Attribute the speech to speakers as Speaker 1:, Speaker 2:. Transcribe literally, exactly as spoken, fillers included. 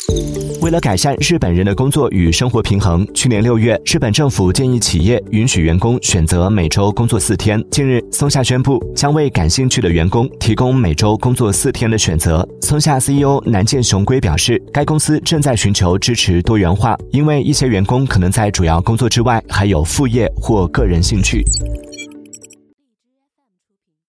Speaker 1: 为了改善日本人的工作与生活平衡，去年六月，日本政府建议企业允许员工选择每周工作四天。近日，松下宣布将为感兴趣的员工提供每周工作四天的选择。松下 C E O 南见雄龟表示，该公司正在寻求支持多元化，因为一些员工可能在主要工作之外还有副业或个人兴趣。